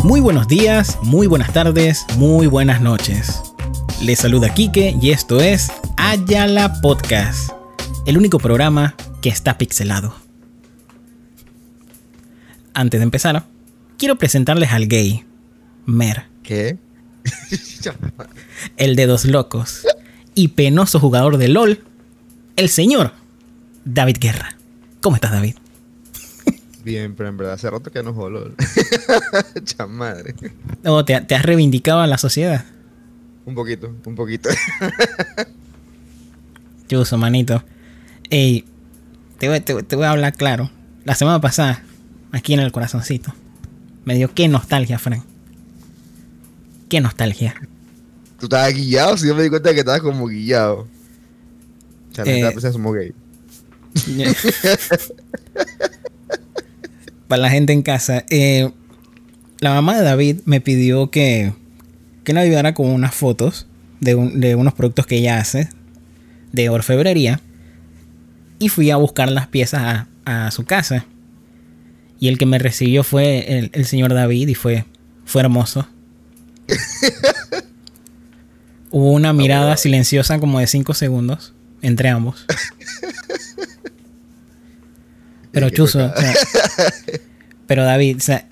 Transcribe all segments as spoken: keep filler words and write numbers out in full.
Muy buenos días, muy buenas tardes, muy buenas noches. Les saluda Quique y esto es Ayala Podcast, el único programa que está pixelado. Antes de empezar, quiero presentarles al gay, Mer. ¿Qué? El de dos locos y penoso jugador de LOL, el señor David Guerra. ¿Cómo estás, David? Bien, pero en verdad hace rato que no juego LOL. Chamadre. Oh, ¿te, ¿Te has reivindicado a la sociedad? Un poquito, un poquito. Chuso, manito. Ey, te voy, te, te voy a hablar claro. La semana pasada, aquí en el corazoncito, me dio qué nostalgia, Frank. Qué nostalgia. ¿Tú estabas guillado? Si yo me di cuenta de que estabas como guillado. O sea, Eh, pensé somos gay. Para la gente en casa, eh, la mamá de David me pidió que, que le ayudara con unas fotos de, un, de unos productos que ella hace de orfebrería. Y fui a buscar las piezas a, a su casa. Y el que me recibió fue el, el señor David y fue, fue hermoso. Hubo una mirada silenciosa como de cinco segundos entre ambos. Pero Chuzo, o sea, pero David, o sea,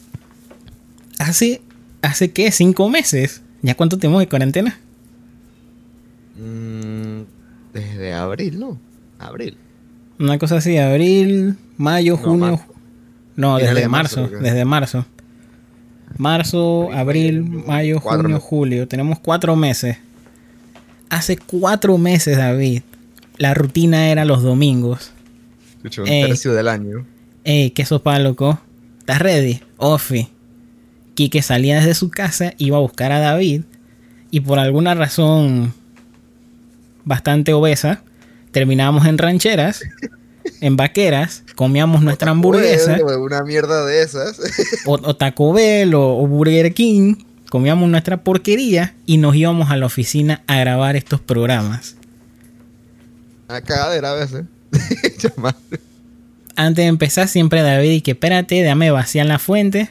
hace, ¿hace qué? ¿Cinco meses? ¿Ya cuánto tenemos de cuarentena? Mm, desde abril, ¿no? Abril. Una cosa así, abril, mayo, No, junio. marzo. No, Finales desde de marzo, marzo, creo que. desde marzo. Marzo, abril, Abril, mayo, cuatro junio, meses. julio. Tenemos cuatro meses. Hace cuatro meses, David, la rutina era los domingos. Escucho, un Ey. tercio del año. Ey, ¿qué sopa, loco? ¿Estás ready? Ofi. Quique salía desde su casa, iba a buscar a David. Y por alguna razón bastante obesa, terminábamos en rancheras, en vaqueras, comíamos nuestra hamburguesa, Bueno, una mierda de esas. o, o Taco Bell, o, o Burger King, comíamos nuestra porquería y nos íbamos a la oficina a grabar estos programas. Una cagadera a veces. Chamadre. Antes de empezar, siempre David, y que espérate, déjame vaciar la fuente,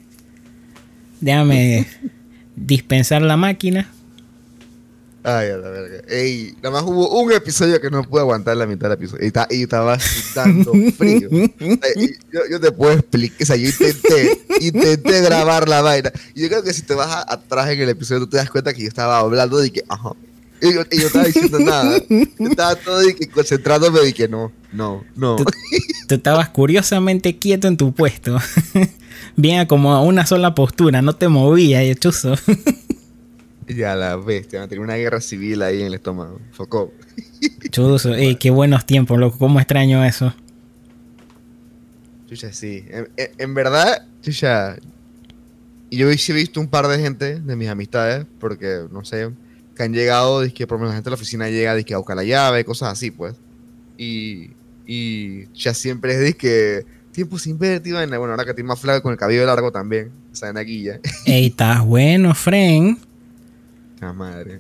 déjame dispensar la máquina. Ay, a la verga. Ey, nada más hubo un episodio que no pude aguantar la mitad del episodio. Y, ta- y estaba sudando frío. Ay, yo, yo te puedo explicar. O sea, yo intenté, intenté grabar la vaina. Y yo creo que si te vas a- atrás en el episodio, tú te das cuenta que yo estaba hablando de que, ajá. Y yo, y yo estaba diciendo nada. Yo estaba todo de que concentrándome de que no, no, no. Tú, tú estabas curiosamente quieto en tu puesto. Bien, como a una sola postura, no te movías, y chuzo. Ya la bestia, me tenía una guerra civil ahí en el estómago. Focó. Chuzo, ey, qué buenos tiempos, loco. ¿Cómo extraño eso? Chucha, sí. En, en- en verdad, chucha. Y yo sí he visto un par de gente de mis amistades, porque, no sé, que han llegado, dizque, por lo menos la gente de la oficina llega, dizque, a buscar la llave, cosas así, pues. Y, y ya siempre es, dizque, tiempo sin ver, tío. Bueno, ahora que estoy más flaco con el cabello largo también, esa en aquí ya. Ey, estás bueno, friend. La madre.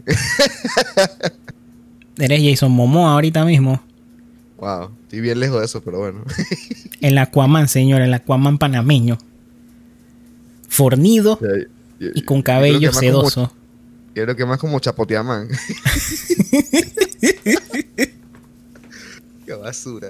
Eres Jason Momoa ahorita mismo. Wow, estoy bien lejos de eso, pero bueno. El Aquaman, señor, el Aquaman panameño. Fornido Yo- y con yo creo que cabello más sedoso. Como, yo creo que más como Chapoteamán. Qué basura.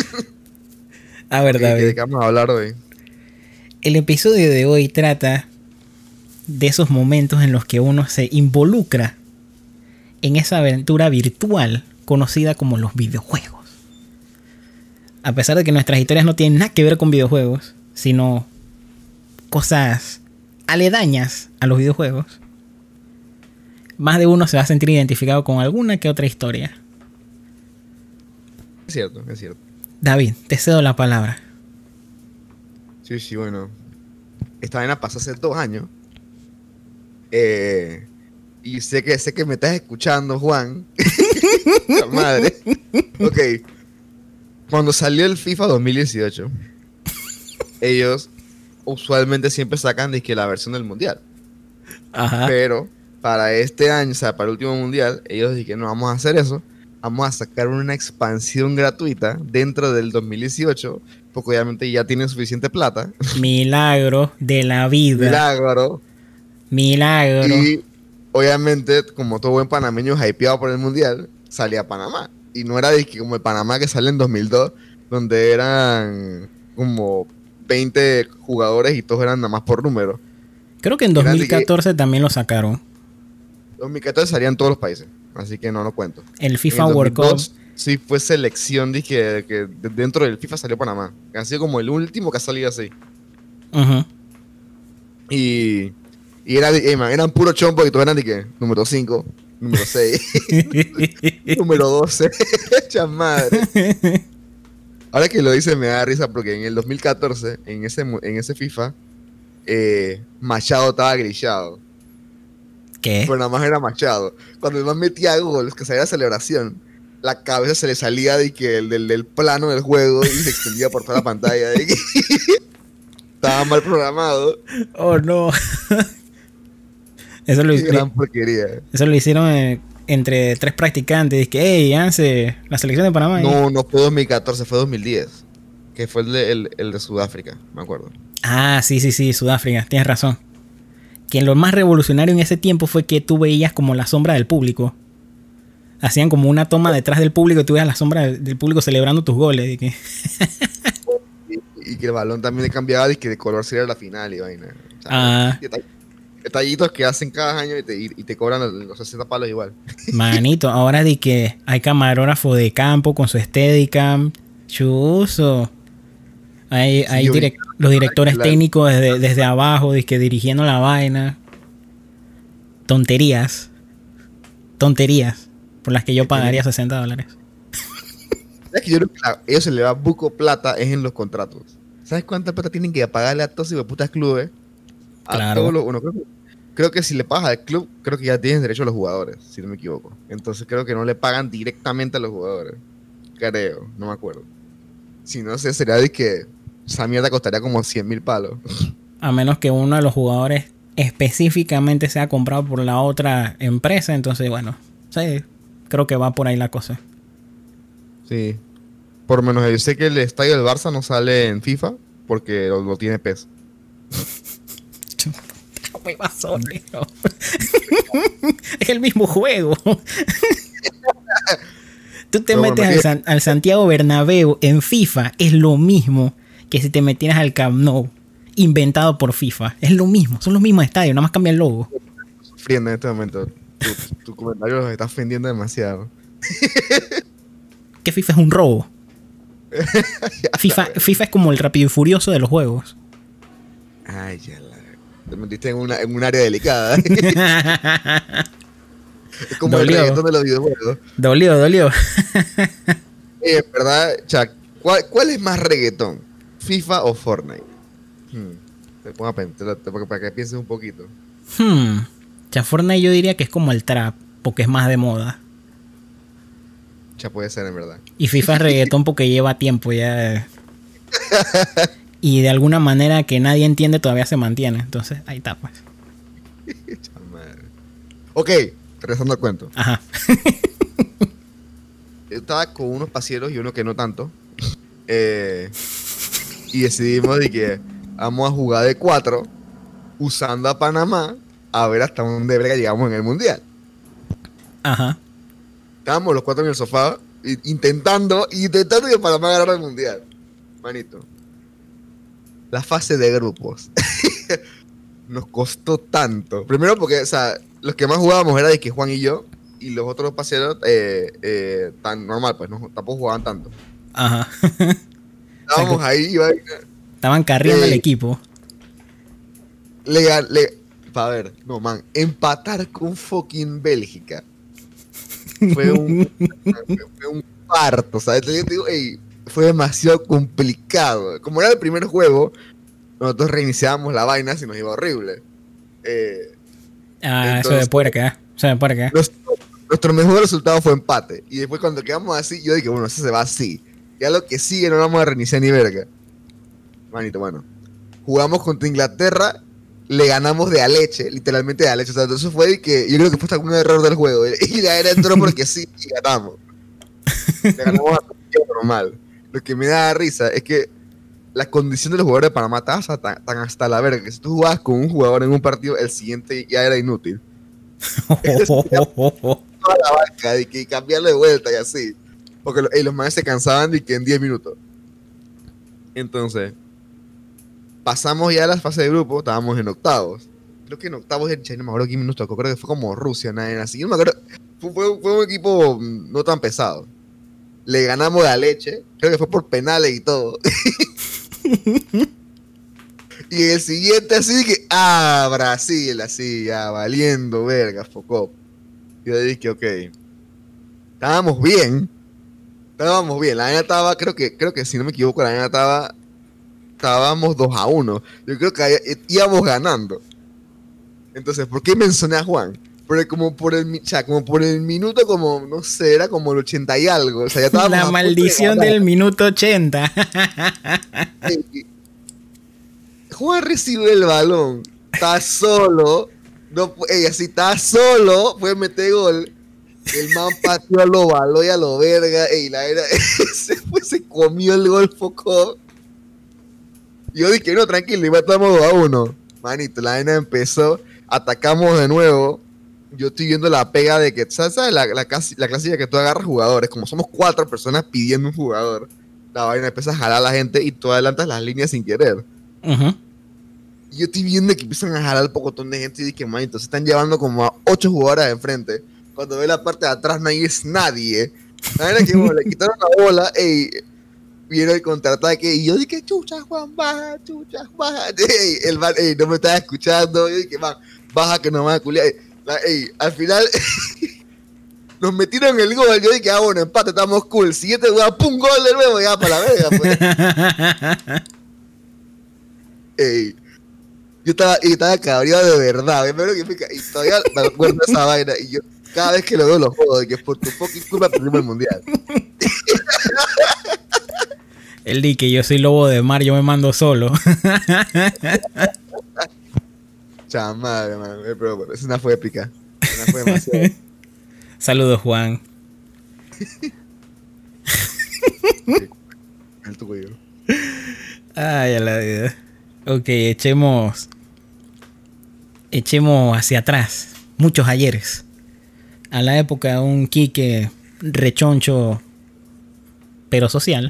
A ver, Ok, ¿de David. qué vamos a hablar hoy? El episodio de hoy trata de esos momentos en los que uno se involucra en esa aventura virtual conocida como los videojuegos. A pesar de que nuestras historias no tienen nada que ver con videojuegos, sino cosas aledañas a los videojuegos, más de uno se va a sentir identificado con alguna que otra historia. Es cierto, es cierto. David, te cedo la palabra. Sí, sí, bueno. Esta vaina pasó hace dos años. Eh, y sé que, sé que me estás escuchando, Juan. La madre. Ok. Cuando salió el FIFA dos mil dieciocho, ellos usualmente siempre sacan dizque, la versión del mundial. Ajá. Pero para este año, o sea, para el último mundial, ellos dijeron, no vamos a hacer eso. vamos a sacar una expansión gratuita dentro del dos mil dieciocho, porque obviamente ya tienen suficiente plata. Milagro de la vida. Milagro. Milagro. Y obviamente, como todo buen panameño hypeado por el mundial, salía a Panamá. Y no era de que como el Panamá que sale en dos mil dos, donde eran como veinte jugadores y todos eran nada más por número. Creo que en dos mil catorce también lo sacaron. dos mil catorce salían todos los países, así que no lo cuento. El FIFA World Cup. Sí, fue selección de que, que dentro del FIFA salió Panamá. Ha sido como el último que ha salido así. Uh-huh. Y, y era, hey man, eran puro chompo y todos eran de que número cinco, número seis, número doce. Echa madre. Ahora que lo dice me da risa porque en el dos mil catorce, en ese, en ese FIFA, eh, Machado estaba grillado. ¿Qué? Pero nada más era Machado. Cuando el man metía goles, que salía la celebración, la cabeza se le salía de que el, del, del plano del juego y se extendía por toda la pantalla. De que estaba mal programado. Oh, no. Eso lo, Qué gran porquería. Eso lo hicieron eh, entre tres practicantes. Dice que, hey, Anse, la selección de Panamá. No, no fue dos mil catorce, fue dos mil diez. Que fue el de, el, el de Sudáfrica, me acuerdo. Ah, sí, sí, sí, Sudáfrica, tienes razón. Que lo más revolucionario en ese tiempo fue que tú veías como la sombra del público. Hacían como una toma detrás del público y tú veías la sombra del, del público celebrando tus goles. Y que, y, y que el balón también cambiaba y que de color sería la final y vaina. O sea, ah, detallitos que hacen cada año y te, y, y te cobran los, los sesenta palos igual. manito, ahora de que hay camarógrafo de campo con su Steadicam. Chuzo. Hay, Sí, hay yo vi- direct- los directores claro. técnicos desde, desde abajo, dizque dirigiendo la vaina. Tonterías. Tonterías. Por las que yo pagaría sesenta dólares. ¿Sabes que yo creo que a ellos se le va buco plata es en los contratos? ¿Sabes cuánta plata tienen que pagarle a todos los putas clubes? A Claro. todos los, bueno, creo, que, creo que si le pagas al club, creo que ya tienes derecho a los jugadores, si no me equivoco. Entonces creo que no le pagan directamente a los jugadores. Creo, no me acuerdo. Si no sé, sería de que esa mierda costaría como cien mil palos. A menos que uno de los jugadores específicamente sea comprado por la otra empresa. Entonces, bueno, sí, creo que va por ahí la cosa. Sí. Por lo menos yo sé que el estadio del Barça no sale en FIFA porque lo, lo tiene P E S. Muy basonero. Es el mismo juego. Tú te Pero metes bueno, al, San- al Santiago Bernabéu en FIFA, es lo mismo que si te metieras al Camp Nou, inventado por FIFA. Es lo mismo, son los mismos estadios, nada más cambia el logo. Sufriendo en este momento. Tu, tu comentario los está ofendiendo demasiado. Que FIFA es un robo. FIFA, FIFA es como el Rápido y Furioso de los juegos. Ay, ya la... Te metiste en, una, en un área delicada. Es como Dolió. el reggaetón de los videojuegos. Dolió, dolió. Eh, ¿verdad, Chuck? ¿Cuál, ¿Cuál es más reggaetón? ¿FIFA o Fortnite? Hmm. Te pongo a pensar, te- para que pienses un poquito. Hmm. Ya Fortnite yo diría que es como el trap, porque es más de moda. Ya puede ser, en verdad. Y FIFA es reggaetón porque lleva tiempo ya. Y de alguna manera que nadie entiende todavía se mantiene. Entonces, ahí está, pues. Cha madre. Ok, regresando al cuento. Ajá. Yo estaba con unos pasieros y uno que no tanto. Eh, y decidimos de que vamos a jugar de cuatro usando a Panamá a ver hasta dónde brega llegamos en el mundial. Ajá. Estábamos los cuatro en el sofá i- intentando, intentando que Panamá ganara el mundial. Manito. La fase de grupos. Nos costó tanto. Primero porque, o sea, los que más jugábamos era de que Juan y yo. Y los otros paseros, eh, eh, tan normal, pues, no, tampoco jugaban tanto. Ajá. Estábamos ahí y vaina. Estaban carriendo Ey. el equipo. Le, gan- le, pa' ver, no, man, empatar con fucking Bélgica fue un, fue un parto, ¿sabes? Yo te digo, ey, fue demasiado complicado. Como era el primer juego, nosotros reiniciábamos la vaina si nos iba horrible. Eh, Ah, eso Entonces- de puerca. Eso de puerca. nuestro, nuestro mejor resultado fue empate. Y después cuando quedamos así, yo dije, bueno, eso se va así. Ya lo que sigue no lo vamos a reiniciar ni verga. Manito, bueno. Jugamos contra Inglaterra, le ganamos de a leche, literalmente de a leche. O sea, eso fue de que yo creo que fue hasta algún error del juego. Y la era entró porque sí y ganamos. Le ganamos a Turquía normal. Lo que me da risa es que la condición de los jugadores de Panamá estaba tan, tan hasta la verga que si tú jugabas con un jugador en un partido, el siguiente ya era inútil. Toda la banca, de que cambiarlo de vuelta y así. Porque lo, y los manes se cansaban de que en diez minutos. Entonces, pasamos ya a la fase de grupo, estábamos en octavos. Creo que en octavos, no me acuerdo quién nos tocó, creo que fue como Rusia, nada así. No me acuerdo, fue, fue, fue un equipo no tan pesado. Le ganamos la leche, creo que fue por penales y todo. Y el siguiente así que, ah, Brasil, así, ya, valiendo verga, focó. Y yo dije, ok, estábamos bien, estábamos bien, la vaina estaba, creo que, creo que si no me equivoco, la vaina estaba, estábamos dos a uno, yo creo que había, íbamos ganando. Entonces, ¿por qué mencioné a Juan? Porque como por el, o sea, como por el minuto, como, no sé, era como el ochenta y algo, o sea, ya estábamos la maldición de del minuto ochenta. Juan recibe el balón, está solo, no, ey, así está solo, puede meter gol. El man pateó a lo balón y a lo verga, ey, la era, se, fue, se comió el gol foco. Y yo dije, no, tranquilo, y matamos dos a uno. Manito, la vaina empezó, atacamos de nuevo. Yo estoy viendo la pega de que, ¿sabes? La, la, la clásica que tú agarras jugadores, como somos cuatro personas pidiendo un jugador, la vaina empieza a jalar a la gente y tú adelantas las líneas sin querer. Uh-huh. Y yo estoy viendo que empiezan a jalar un pocotón de gente y dije, manito, se están llevando como a ocho jugadores de enfrente. Cuando ve la parte de atrás no hay es nadie. La verdad es que bueno, le quitaron la bola y vieron el contraataque y yo dije, chucha, Juan, baja, chucha, baja. Ey, el man, ey, no me estaba escuchando. Yo dije, man, baja que nos van a culiar. Ey, al final nos metieron el gol. Yo dije, ah, bueno, empate, estamos cool. Siguiente jugada, pum, gol de nuevo, ya para la verga, pues. Ey. Yo estaba, y estaba cabreado de verdad, y todavía me acuerdo de esa vaina, y yo cada vez que lo veo lo jodo, de que por tu fucking culpa perdimos el mundial. Él di que yo soy lobo de mar, yo me mando solo. Chamadre, man, pero bueno, esa una fue épica, una fue demasiado. Saludos, Juan. El tuyo. Ay, a la vida. Ok, echemos... Echemos hacia atrás, muchos ayeres, a la época de un Quique rechoncho, pero social,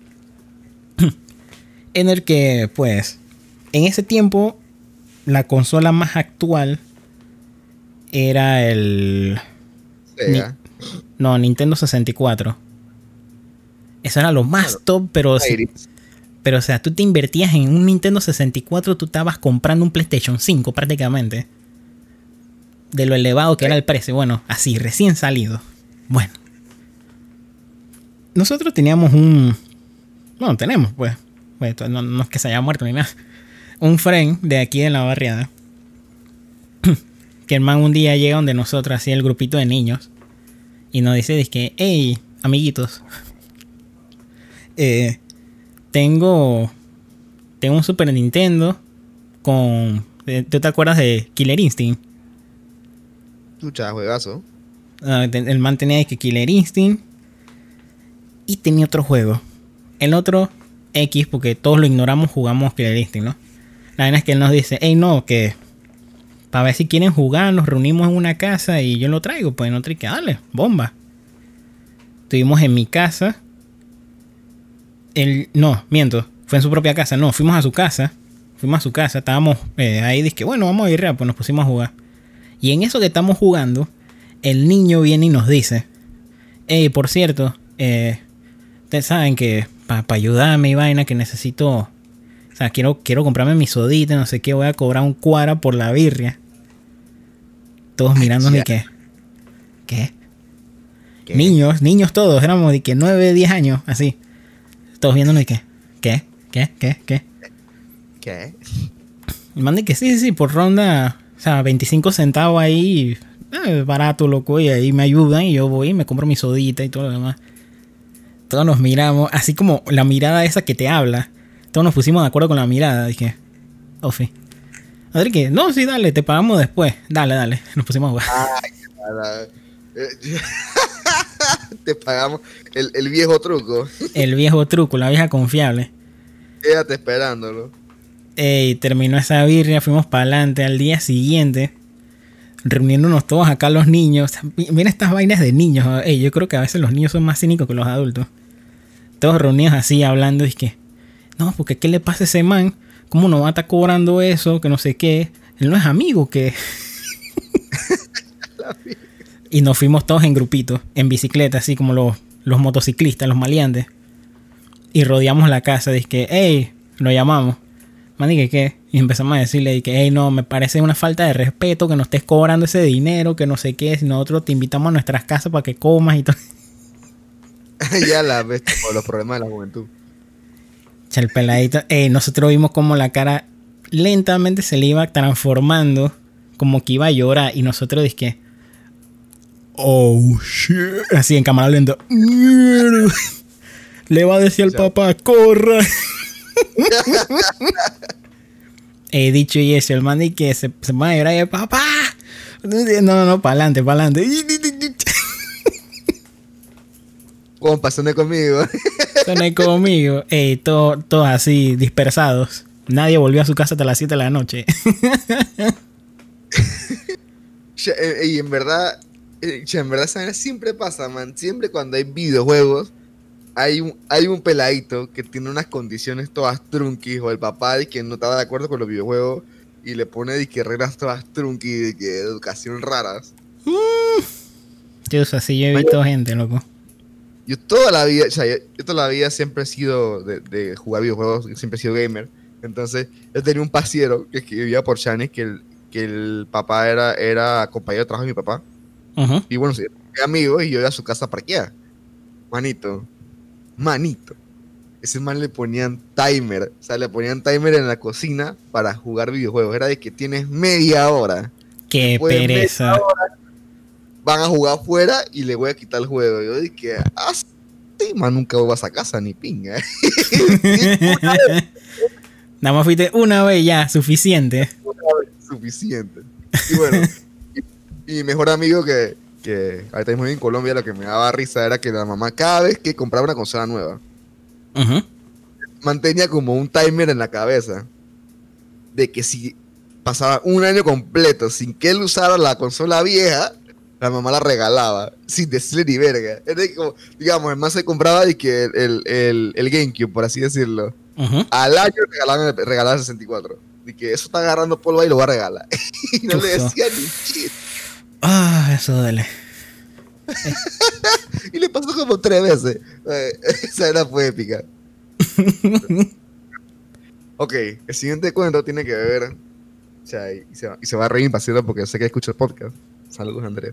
en el que, pues, en ese tiempo, la consola más actual era el... Ni, no, Nintendo sesenta y cuatro. Eso era lo más claro. top, pero... Si, Pero, o sea, tú te invertías en un Nintendo sesenta y cuatro, tú estabas comprando un PlayStation cinco prácticamente. De lo elevado que era el precio. Bueno, así, recién salido. Bueno. Nosotros teníamos un... Bueno, tenemos, pues. pues no, no es que se haya muerto ni nada. Un friend de aquí de la barriada. Que el man un día llega donde nosotros, así el grupito de niños. Y nos dice, dice, hey, amiguitos. Eh... Tengo, tengo un Super Nintendo con... ¿Tú te acuerdas de Killer Instinct? Chucha, juegazo. Uh, el man tenía que Killer Instinct y tenía otro juego. El otro X, porque todos lo ignoramos, jugamos Killer Instinct, ¿no? La verdad es que él nos dice, hey, no, que para ver si quieren jugar, nos reunimos en una casa y yo lo traigo. Pues no trae que dale, bomba. Estuvimos en mi casa. El, no, miento, fue en su propia casa. No, fuimos a su casa. Fuimos a su casa, estábamos eh, ahí. Dije, bueno, vamos a ir, pues nos pusimos a jugar. Y en eso que estamos jugando, el niño viene y nos dice, hey, por cierto, eh, ustedes saben que para pa ayudarme y vaina, que necesito, o sea, quiero, quiero comprarme mi sodita, no sé qué, voy a cobrar un cuara por la birria. Todos mirándonos y que, ¿qué? ¿Qué? Niños, niños todos, éramos de que nueve, diez años, así. Todos viéndonos y que, ¿qué? ¿Qué? ¿Qué? ¿Qué? ¿Qué? Y mandé que sí, sí, sí, por ronda, o sea, veinticinco centavos ahí, eh, barato, loco, y ahí me ayudan y yo voy y me compro mi sodita y todo lo demás. Todos nos miramos, así como la mirada esa que te habla. Todos nos pusimos de acuerdo con la mirada. Dije, Ofi. Adri, que no, sí, dale, te pagamos después. Dale, dale. Nos pusimos a jugar. Ay, Te pagamos el, el viejo truco. El viejo truco, la vieja confiable. Quédate esperándolo. Ey, terminó esa birria, fuimos para adelante. Al día siguiente, reuniéndonos todos acá los niños. Mira estas vainas de niños. Ey, yo creo que a veces los niños son más cínicos que los adultos. Todos reunidos así, hablando. Y es que, no, porque ¿qué le pasa a ese man? ¿Cómo no va a estar cobrando eso? Que no sé qué. Él no es amigo, que... Y nos fuimos todos en grupitos, en bicicleta, así como los, los motociclistas, los maleantes. Y rodeamos la casa. Dice que, hey, lo llamamos. Man, ¿y qué? Y empezamos a decirle que, hey, no, me parece una falta de respeto que nos estés cobrando ese dinero, que no sé qué. Si nosotros te invitamos a nuestras casas para que comas y todo. Ya la ves por los problemas de la juventud. El peladito, hey, nosotros vimos como la cara lentamente se le iba transformando, como que iba a llorar. Y nosotros dijimos que, oh shit, así en cámara lenta. Le va a decir al papá, corra. He dicho y eso, el man y que se, se va a llorar y el papá. No, no, no, para adelante, para adelante. Compa, soné conmigo. Soné conmigo. Ey, todos todo así dispersados. Nadie volvió a su casa hasta las siete de la noche. Y en verdad, en verdad, ¿sabes? Siempre pasa, man. Siempre cuando hay videojuegos, hay un, hay un peladito que tiene unas condiciones todas trunquis, o el papá de que no estaba de acuerdo con los videojuegos y le pone de que reglas todas trunquis, de que educación raras. Mm. Dios, así yo he visto gente, loco. Yo toda la vida, o sea, yo, yo toda la vida siempre he sido de, de jugar videojuegos, siempre he sido gamer. Entonces, yo tenía un pasiero que, que vivía por Chanes, que el, que el papá era, era compañero de trabajo de mi papá. Uh-huh. Y bueno, sí, era amigo y yo iba a su casa a parquear. Manito, manito. Ese man le ponían timer, o sea, le ponían timer en la cocina para jugar videojuegos. Era de que tienes media hora. Qué pereza. Media hora, van a jugar afuera y le voy a quitar el juego. Yo dije, ah, sí, man, nunca vas a casa ni pinga. Nada más fuiste una vez ya, suficiente. Una vez, suficiente. Y bueno, y, y mi mejor amigo que, que ahorita mismo en Colombia, lo que me daba risa era que la mamá cada vez que compraba una consola nueva, uh-huh, mantenía como un timer en la cabeza de que si pasaba un año completo sin que él usara la consola vieja, la mamá la regalaba, sin decirle ni verga. Era como, digamos, el man se compraba y que el, el, el, el GameCube, por así decirlo. Uh-huh. Al año regalaban, regalaban el sesenta y cuatro. Y que eso está agarrando polvo ahí y lo va a regalar. Y no Uf, le decía ni shit. Ah, eso duele. Y le pasó como tres veces. Esa era fue épica. Ok, el siguiente cuento tiene que ver. O sea, y se, va, y se va a reír impaciente porque sé que escucha el podcast. Saludos, Andrés.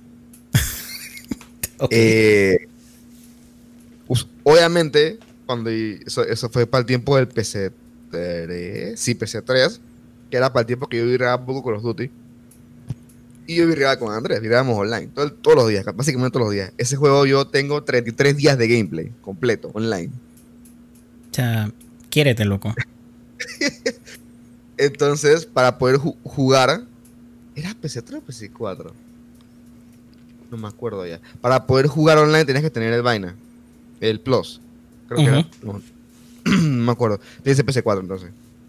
Okay. Eh, pues, obviamente, cuando eso, eso fue para el tiempo del P C tres, sí, P C tres, que era para el tiempo que yo viraba un poco con los Duty. Y yo viraba con Andrés, virábamos online, todo, todos los días, básicamente todos los días. Ese juego yo tengo treinta y tres días de gameplay completo, online. O sea, quiérete, loco. Entonces, para poder ju- jugar, ¿era P C tres o P C cuatro? No me acuerdo ya. Para poder jugar online tenías que tener el vaina, el Plus. Creo uh-huh. que era. No, no me acuerdo. Dice P C cuatro entonces.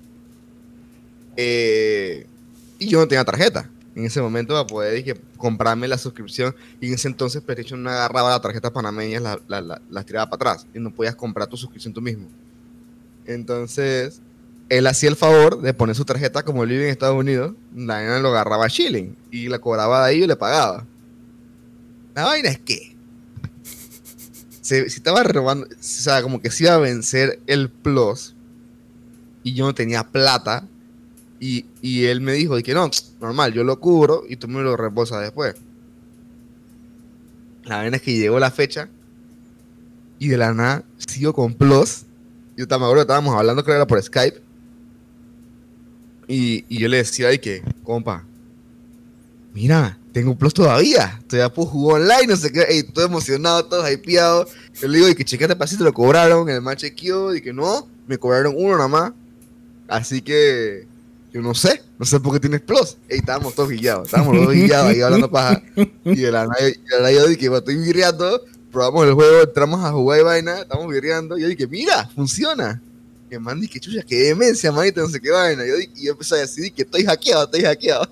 Eh, y yo no tenía tarjeta. En ese momento para poder dije, comprarme la suscripción. Y en ese entonces PlayStation no agarraba la tarjeta panameña, las la, la, la tiraba para atrás. Y no podías comprar tu suscripción tú mismo. Entonces, él hacía el favor de poner su tarjeta como él vive en Estados Unidos. La vaina lo agarraba a shilling. Y la cobraba de ahí y le pagaba. La vaina es que se, se estaba robando, o sea, como que se iba a vencer el Plus y yo no tenía plata y, y él me dijo de que no, normal, yo lo cubro y tú me lo reembolsas después. La vaina es que llegó la fecha y de la nada sigo con Plus. Yo me acuerdo que estábamos hablando, creo que era por Skype, y, y yo le decía de que, compa, mira, tengo un Plus todavía, todavía puedo jugar online, no sé qué, ey, todo emocionado, todo hypeado. Yo le digo, y que chequete para si te lo cobraron, el man chequeó, y que no, me cobraron uno nada más. Así que, yo no sé, no sé por qué tienes Plus. Ey, estábamos todos guillados, estábamos los dos guillados ahí hablando paja. Y de la nada, yo dije, estoy virreando, probamos el juego, entramos a jugar y vaina, estamos virreando, y yo dije, mira, funciona. Y el man dije, chucha, qué demencia, manito, no sé qué vaina. Y yo, y yo empecé a decir que estoy hackeado, estoy hackeado.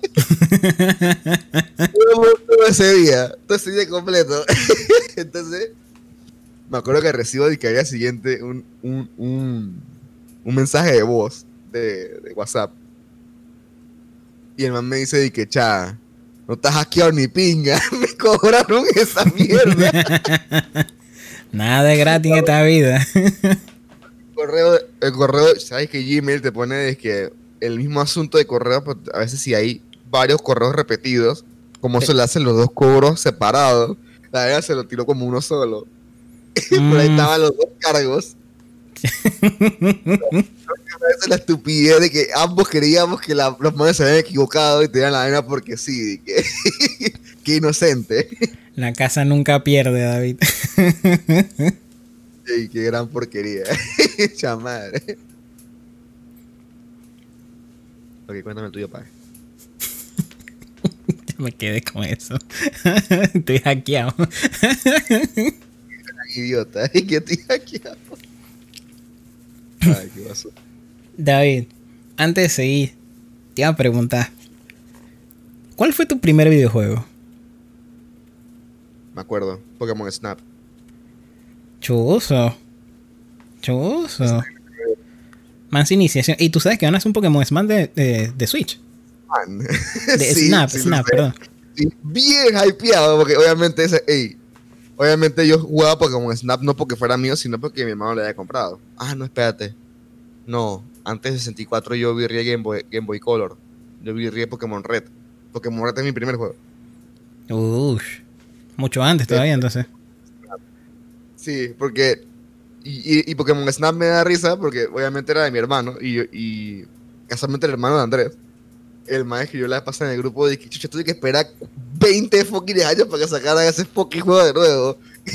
todo ese día, todo ese día completo. Entonces, me acuerdo que recibo de que al día siguiente un, un, un, un mensaje de voz de, de WhatsApp. Y el man me dice de que, cha, no estás hackeado ni pinga, me cobraron esa mierda. Nada de gratis en esta vida. El correo, el correo, sabes que Gmail te pone es que el mismo asunto de correo, pues, a veces si hay varios correos repetidos, como se le hacen los dos cobros separados, la verdad se lo tiró como uno solo. Mm. Por ahí estaban los dos cargos. A veces la estupidez de que ambos creíamos que la, los manes se habían equivocado y tenían la vaina porque sí, que, que inocente. La casa nunca pierde, David. Ey, qué gran porquería. Chamadre. Ok, cuéntame el tuyo, padre. Me quedé con eso. Estoy hackeado. Idiota, es que estoy hackeado. Ay, qué pasó. David, antes de seguir, te iba a preguntar, ¿cuál fue tu primer videojuego? Me acuerdo, Pokémon Snap. Chuso. Chuso. Más iniciación. Y tú sabes que van a hacer un Pokémon Snap de, de, de Switch. Man. De sí, Snap, sí, Snap, sí, perdón. Sí, bien hypeado, porque obviamente ese, ey, obviamente yo jugaba Pokémon Snap no porque fuera mío, sino porque mi hermano le había comprado. Ah, no, espérate. No, antes de sesenta y cuatro yo vi Game Boy, Game Boy Color. Yo vi Pokémon Red. Pokémon Red es mi primer juego. Uff. Mucho antes todavía, entonces. Sí, porque... Y, y, y Pokémon Snap me da risa porque obviamente era de mi hermano y, y casualmente el hermano de Andrés. El man escribió la vez pasada en el grupo de que chucha, tuve que esperar veinte fucking años para que sacaran ese fucking juego de nuevo.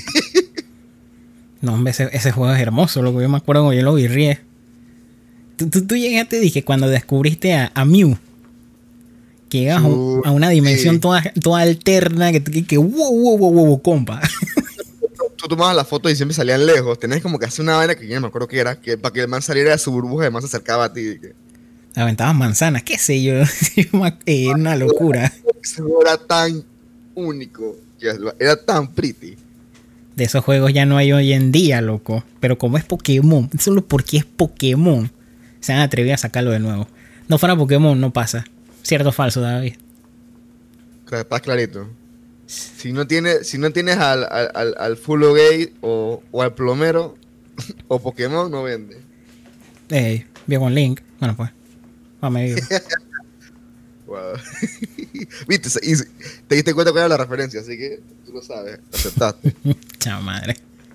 No, hombre, ese, ese juego es hermoso, loco. Yo me acuerdo cuando yo lo vi, ríe. Tú, tú, tú llegaste, dije, cuando descubriste a, a Mew, que llegas a, un, a una dimensión sí. toda, toda alterna, que, que, que wow, wow, wow, wow, compa. Tú tomabas la foto y siempre salían lejos. Tenías como que hacer una vaina que yo no me acuerdo qué era, que para que el man saliera de su burbuja, el man se acercaba a ti. Y que... Aventabas manzanas, qué sé yo. Era una locura. Ese juego era tan único, era tan pretty. De esos juegos ya no hay hoy en día, loco. Pero como es Pokémon, solo porque es Pokémon, se han atrevido a sacarlo de nuevo. No fuera Pokémon, no pasa. ¿Cierto o falso, David? Está clarito. Si no tienes, si no tienes al, al, al Fullo Gay o, o al plomero o Pokémon, no vende. Ey, vio con Link. Bueno, pues. Vamos, wow. Viste, y te diste cuenta cuál era la referencia, así que tú lo sabes, aceptaste. Chao, madre.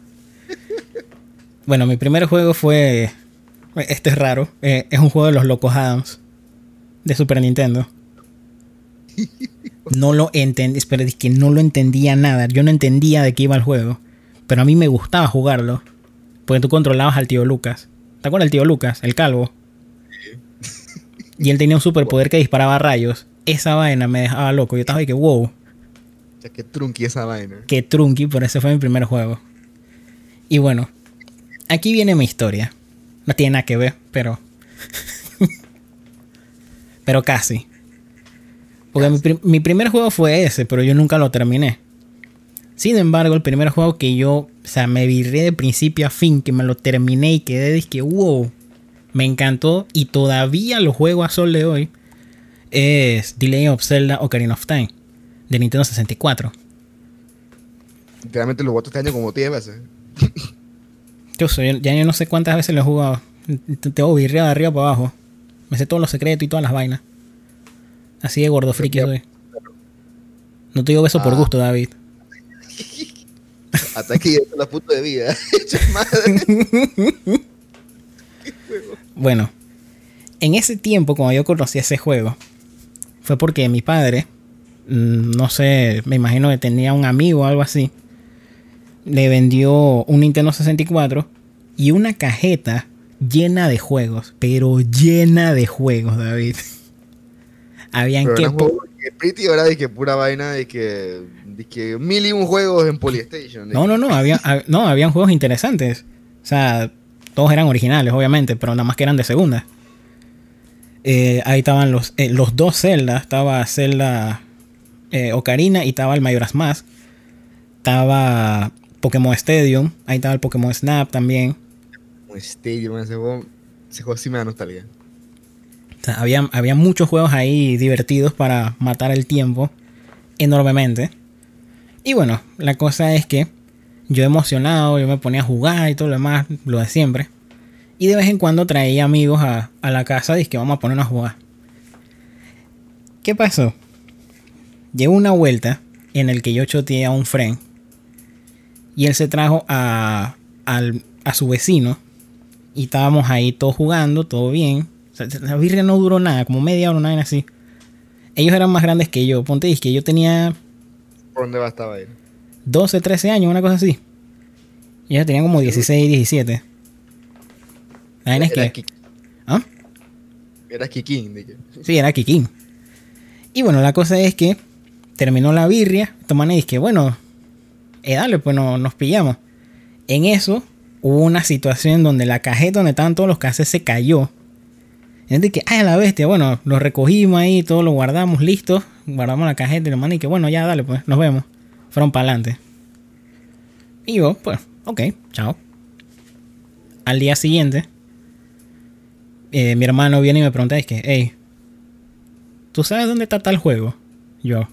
Bueno, mi primer juego fue... Este es raro. Eh, es un juego de los Locos Adams. De Super Nintendo. No lo entendí. Espera, es que no lo entendía nada. Yo no entendía de qué iba el juego. Pero a mí me gustaba jugarlo. Porque tú controlabas al tío Lucas. ¿Te acuerdas del tío Lucas? El calvo. Y él tenía un superpoder que disparaba rayos. Esa vaina me dejaba loco. Yo estaba ahí que wow. O sea, qué trunqui esa vaina. Qué trunqui, pero ese fue mi primer juego. Y bueno, aquí viene mi historia. No tiene nada que ver, pero... pero casi. Porque mi, prim mi primer juego fue ese, pero yo nunca lo terminé. Sin embargo, el primer juego que yo... O sea, me virré de principio a fin, que me lo terminé y quedé de que wow... Me encantó y todavía lo juego a sol de hoy. Es The Legend of Zelda Ocarina of Time de Nintendo sesenta y cuatro. Literalmente lo voto este año como diez veces. Yo soy, ya yo no sé cuántas veces lo he jugado. Tengo birreado de arriba para abajo. Me sé todos los secretos y todas las vainas. Así de gordo friki soy. No te digo beso ah. por gusto, David. Hasta aquí es la puta de vida. Bueno, en ese tiempo, cuando yo conocí ese juego, fue porque mi padre, no sé, me imagino que tenía un amigo o algo así, le vendió un Nintendo sesenta y cuatro y una cajeta llena de juegos, pero llena de juegos, David. Habían pero que... ¿eran juegos que Pretty ahora de que pura vaina de que, de que mil y un juegos en Polystation. No, no, no, había, hab- no, habían juegos interesantes. O sea, todos eran originales, obviamente, pero nada más que eran de segunda. Eh, ahí estaban los, eh, los dos Zelda. Estaba Zelda eh, Ocarina y estaba el Majora's Mask. Estaba Pokémon Stadium. Ahí estaba el Pokémon Snap también. Como Stadium, ese juego, ese juego sí me da nostalgia. O sea, había, había muchos juegos ahí divertidos para matar el tiempo enormemente. Y bueno, la cosa es que yo emocionado, yo me ponía a jugar y todo lo demás, lo de siempre. Y de vez en cuando traía amigos a, a la casa y que vamos a ponernos a jugar. ¿Qué pasó? Llegó una vuelta en el que yo choteé a un friend. Y él se trajo a, al- a su vecino. Y estábamos ahí todos jugando, todo bien. O sea, la birria no duró nada, como media hora, nada así. Ellos eran más grandes que yo. Ponte, que yo tenía ¿Por dónde bastaba ir? doce, trece años, una cosa así. Y ellos tenían como dieciséis, diecisiete. La vaina es Era que... Kik- ¿Ah? Era Kikín, de que. Sí, era Kikín. Y bueno, la cosa es que terminó la birria. Toman y dice que bueno, eh, dale, pues no, nos pillamos. En eso hubo una situación donde la cajeta donde estaban todos los cassettes se cayó. Entonces que, ay, a la bestia, bueno, lo recogimos ahí, todo lo guardamos, listo. Guardamos la cajeta y lo mandé y que bueno, ya dale, pues, nos vemos. Fueron para adelante. Y yo, pues, ok, chao. Al día siguiente, eh, mi hermano viene y me pregunta, es que, hey, ¿tú sabes dónde está tal juego? Yo,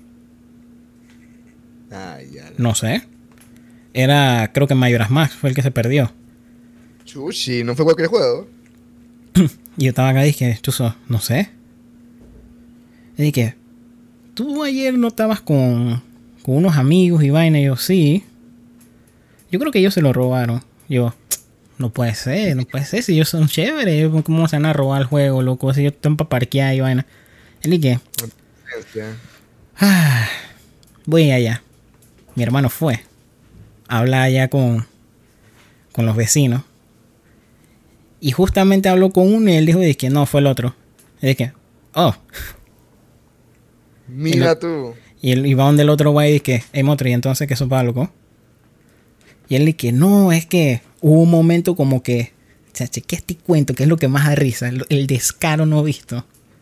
Ay, ya. no sé. Era, creo que Majora's Mask fue el que se perdió. Chuchi, no fue cualquier juego. Y yo estaba acá y dije, chuzo, no sé. Y dije, ¿tú ayer no estabas con, con unos amigos y vaina? Y yo, sí. Yo creo que ellos se lo robaron. Yo, no puede ser, no puede ser. Si ellos son chéveres, ¿cómo se van a robar el juego, loco? Si ellos están para parquear y vaina. Él dije, ah, voy allá. Mi hermano fue. Habla allá con, con los vecinos. Y justamente habló con uno y él dijo que no, fue el otro. Y dije, oh. Mira Y tú. Y él iba donde el otro güey y dice, hey, Motro, ¿y entonces qué eso para, loco? Y él dice, no, es que hubo un momento como que, chache, ¿qué este cuento? Que es lo que más da risa, el, el descaro no visto.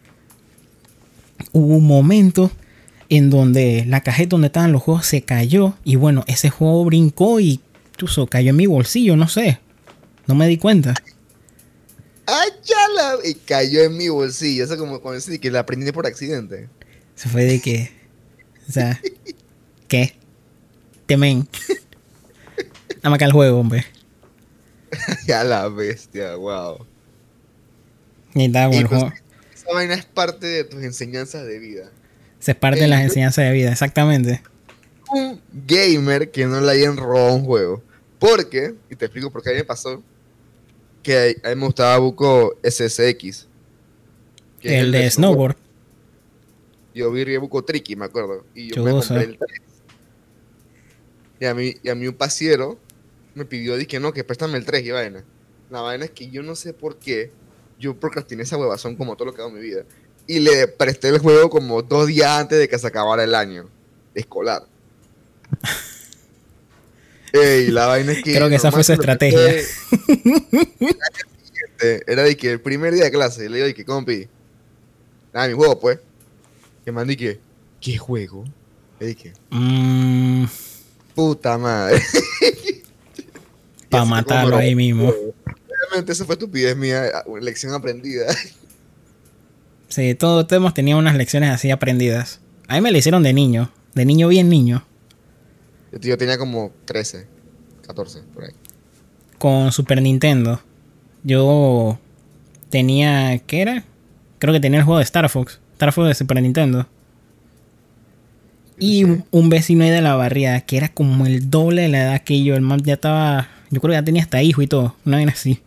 Hubo un momento en donde la cajeta donde estaban los juegos se cayó. Y bueno, ese juego brincó y chuzo, cayó en mi bolsillo, no sé. No me di cuenta. ¡Ay, ya la! Y cayó en mi bolsillo. Eso como cuando decís que la aprendí por accidente. Se fue de que, o sea, ¿qué? Temen. Nada más que el juego, hombre. Ya la bestia, wow. Y estaba con Y el pues, juego. esa vaina es parte de tus enseñanzas de vida. Se es parte de Ey, las yo- enseñanzas de vida, exactamente. Un gamer que no le hayan robado un juego. Porque, y te explico por qué a mí me pasó, que a mí me gustaba Buco S S X. que es El de snowboard. Yo vi Buco Tricky, me acuerdo. Y yo me Chuzo. compré el tres. Y a mí, y a mí un pasiero me pidió, dije, no, que préstame el tres y vaina. La vaina es que yo no sé por qué yo procrastiné esa huevazón como todo lo que hago en mi vida. Y le presté el juego como dos días antes de que se acabara el año escolar. Ey, la vaina es que... Creo que esa fue su nomás se lo estrategia. presté el año siguiente. Era de que el primer día de clase, y le digo, de que compi, nada, mi juego, pues. Que me dije, ¿qué juego? Le dije, Mmm. puta madre. Para así fue como matarlo me ahí robó. mismo. Obviamente esa fue estupidez mía, una lección aprendida. Sí, todos, todos hemos tenido unas lecciones así aprendidas. A mí me la hicieron de niño. De niño bien niño. Yo, yo tenía como trece, catorce, por ahí. Con Super Nintendo. Yo tenía... ¿Qué era? Creo que tenía el juego de Star Fox. Star Fox de Super Nintendo. Y un, un vecino ahí de la barriada, que era como el doble de la edad que yo. El man ya estaba... Yo creo que ya tenía hasta hijo y todo. Una vez así.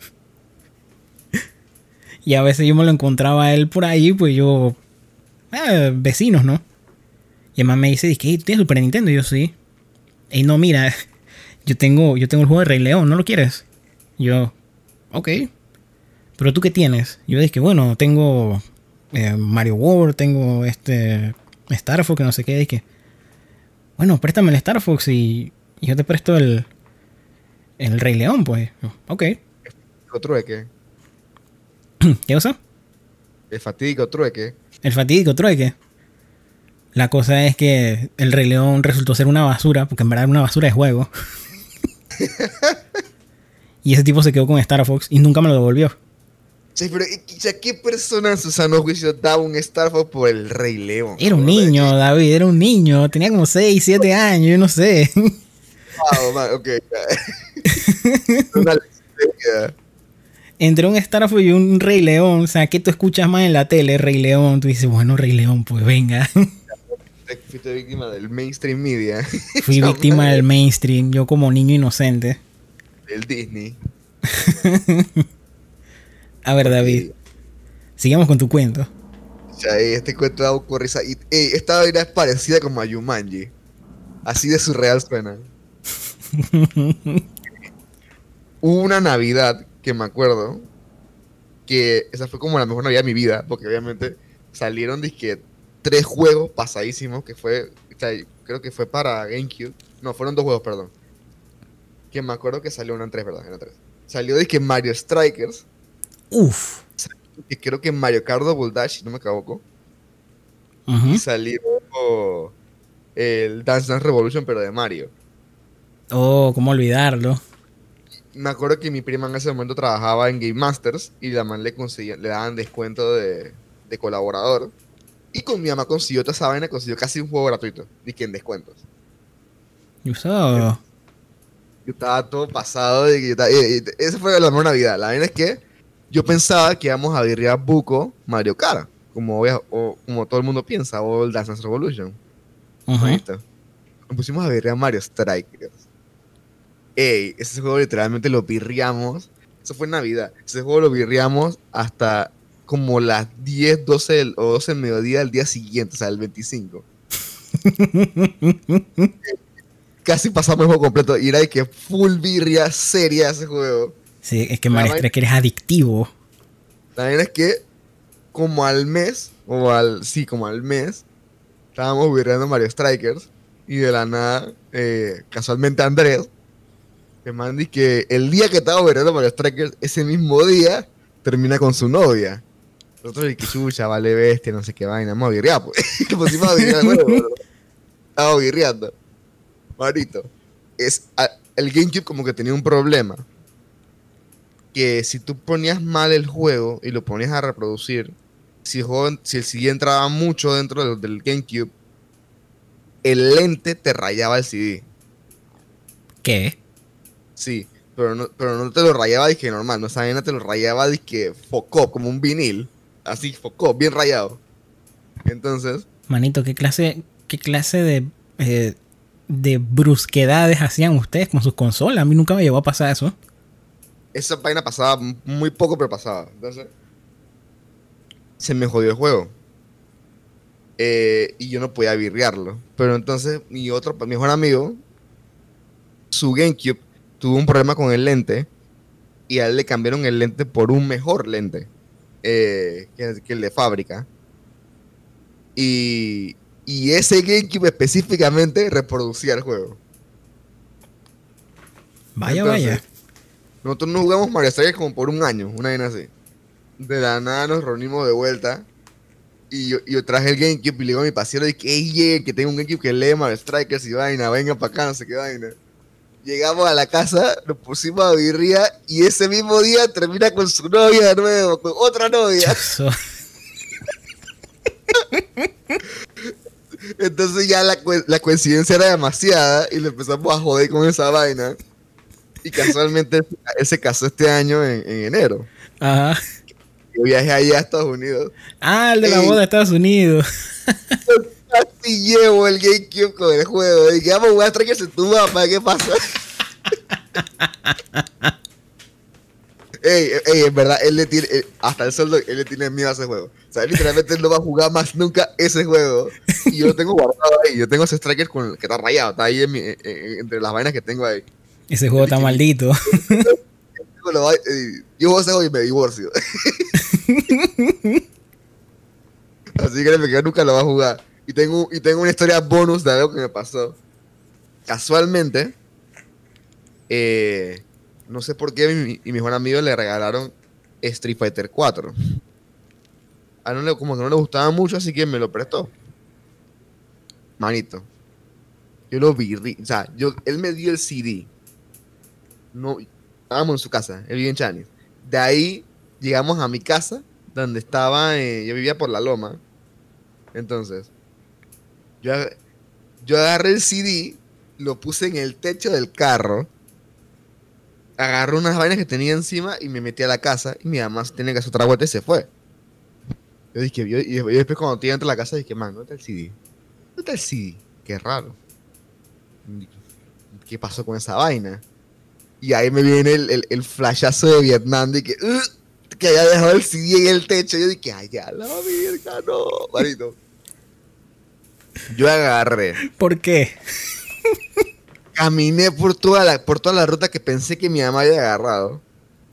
Y a veces yo me lo encontraba a él por ahí, pues yo... Eh, vecinos, ¿no? Y el man me dice, ¿qué? ¿Tienes Super Nintendo? Y yo, sí. Y no, mira, yo tengo, yo tengo el juego de Rey León, ¿no lo quieres? Y yo, ok. ¿Pero tú qué tienes? Yo dije, bueno, tengo eh, Mario World, tengo este Star Fox, no sé qué, y que, bueno, préstame el Star Fox y, y yo te presto el, el Rey León, pues. Ok. ¿O trueque? ¿Qué cosa? El fatídico trueque. El fatídico trueque. La cosa es que el Rey León resultó ser una basura, porque en verdad era una basura de juego. Y ese tipo se quedó con Star Fox y nunca me lo devolvió. Sí, pero o sea, ¿qué persona en su sano juicio daba un Star Fox por el Rey León? Era un niño, David, era un niño. Tenía como seis, siete años, yo no sé. Wow, man, ok. Una lección de vida. Entre un Star Fox y un Rey León, o sea, ¿qué tú escuchas más en la tele? Rey León. Tú dices, bueno, Rey León, pues venga. Fuiste víctima del mainstream media. Fui víctima del mainstream, yo como niño inocente. Del Disney. A ver, David, sigamos con tu cuento. O sea, este cuento da un risa. Y ey, esta vaina es parecida como a Jumanji. Así de surreal suena. Hubo una Navidad que me acuerdo que esa fue como la mejor Navidad de mi vida, porque obviamente salieron disque tres juegos pasadísimos que fue, o sea, creo que fue para GameCube. No, fueron dos juegos, perdón. Que me acuerdo que salió, eran tres, ¿verdad? Eran tres. Salió disque Mario Strikers. Uf. Que creo que Mario Kart Double Dash, si no me equivoco. Uh-huh. Y salió el Dance Dance Revolution, pero de Mario. Oh, cómo olvidarlo. Me acuerdo que mi prima en ese momento trabajaba en Game Masters y la man le conseguía, le daban descuento de, de colaborador. Y con mi mamá consiguió toda esa vaina, consiguió casi un juego gratuito, y que en descuentos. ¿Y usó? Yo estaba todo pasado de que yo estaba, eh, eh, esa fue la mejor Navidad. La vaina es que yo pensaba que íbamos a virrear buco Mario Kart, como, o, como todo el mundo piensa, o el Dance Dance Revolution. Uh-huh. Ahí está. Nos pusimos a virrear Mario Strikers. Ey, ese juego literalmente lo virreamos. Eso fue en Navidad. Ese juego lo virreamos hasta como las diez, doce del, o doce del mediodía del día siguiente, o sea, el veinticinco. Casi pasamos el juego completo y era de que full birria seria ese juego. Sí, es que Mario Strikers es adictivo. También es que como al mes, o al, sí, como al mes, estábamos virreando Mario Strikers y de la nada, eh, casualmente Andrés, me manda y que el día que estaba virreando Mario Strikers, ese mismo día, termina con su novia. Nosotros de que chucha, vale bestia, no sé qué vaina, vamos a virrear, pues. Que pusimos a virrear, bueno, bueno, estábamos virreando. Marito, es, a, el GameCube como que tenía un problema. Que si tú ponías mal el juego y lo ponías a reproducir, si el, juego, si el C D entraba mucho dentro del, del GameCube, el lente te rayaba el C D. ¿Qué? Sí, pero no, pero no te lo rayaba disque normal, no, esa vaina te lo rayaba disque focó, como un vinil. Así, focó, bien rayado. Entonces... Manito, ¿qué clase, qué clase de... Eh, de brusquedades hacían ustedes con sus consolas? A mí nunca me llegó a pasar eso. Esa vaina pasaba muy poco, pero pasaba. Entonces, se me jodió el juego. Eh, y yo no podía virrearlo. Pero entonces, mi otro, mi mejor amigo, su GameCube, tuvo un problema con el lente. Y a él le cambiaron el lente por un mejor lente. Eh, que, que el de fábrica. Y... Y ese GameCube específicamente reproducía el juego. Vaya, Entonces, vaya. Nosotros no jugamos Mario Strikers como por un año, una vaina así. De la nada nos reunimos de vuelta. Y yo, yo traje el GameCube y le digo a mi pasero de que, hey, yeah, que tengo un GameCube que lee Mario Strikers y vaina, venga para acá, no sé qué vaina. Llegamos a la casa, nos pusimos a birria y ese mismo día termina con su novia de nuevo, con otra novia. Entonces ya la, la coincidencia era demasiada y le empezamos a joder con esa vaina. Y casualmente él se casó este año en, en enero. Ajá. Yo viajé allá a Estados Unidos. Ah, el de la Ey, boda de Estados Unidos. Yo casi llevo el GameCube con el juego. Dije, vamos a jugar Strikers en tu mapa, ¿qué pasa? Ey, ey, en verdad, él le tiene, él, hasta el sueldo, él le tiene miedo a ese juego. O sea, literalmente él no va a jugar más nunca ese juego. Y yo lo tengo guardado ahí. Yo tengo ese Striker con, que está rayado, está ahí en mi, en, en, entre las vainas que tengo ahí. Ese juego está maldito. Yo juego ese juego y me divorcio. Así que que nunca lo va a jugar. Y tengo, y tengo una historia bonus de algo que me pasó. Casualmente, eh, no sé por qué, mi, y mi mejor amigo le regalaron Street Fighter cuatro. A él no le, como que no le gustaba mucho, así que me lo prestó. Manito. Yo lo vi, o sea, yo, él me dio el C D. No, estábamos en su casa, él vive en Chanis. De ahí llegamos a mi casa, donde estaba, eh, yo vivía por la Loma. Entonces, yo, ag- yo agarré el C D, lo puse en el techo del carro, agarré unas vainas que tenía encima y me metí a la casa. Y mi mamá tiene que hacer otra vuelta y se fue. Yo dije, yo, y después, y después cuando estoy dentro de la casa, dije, man, ¿dónde está el C D? ¿Dónde está el C D? Qué raro. ¿Qué pasó con esa vaina? Y ahí me viene el, el, el flashazo de Vietnam de que, "Ugh", que había dejado el C D en el techo. Yo dije, ay, ya la verga, no, marito. Yo agarré, ¿Por qué? caminé por toda la, por toda la ruta que pensé que mi mamá había agarrado.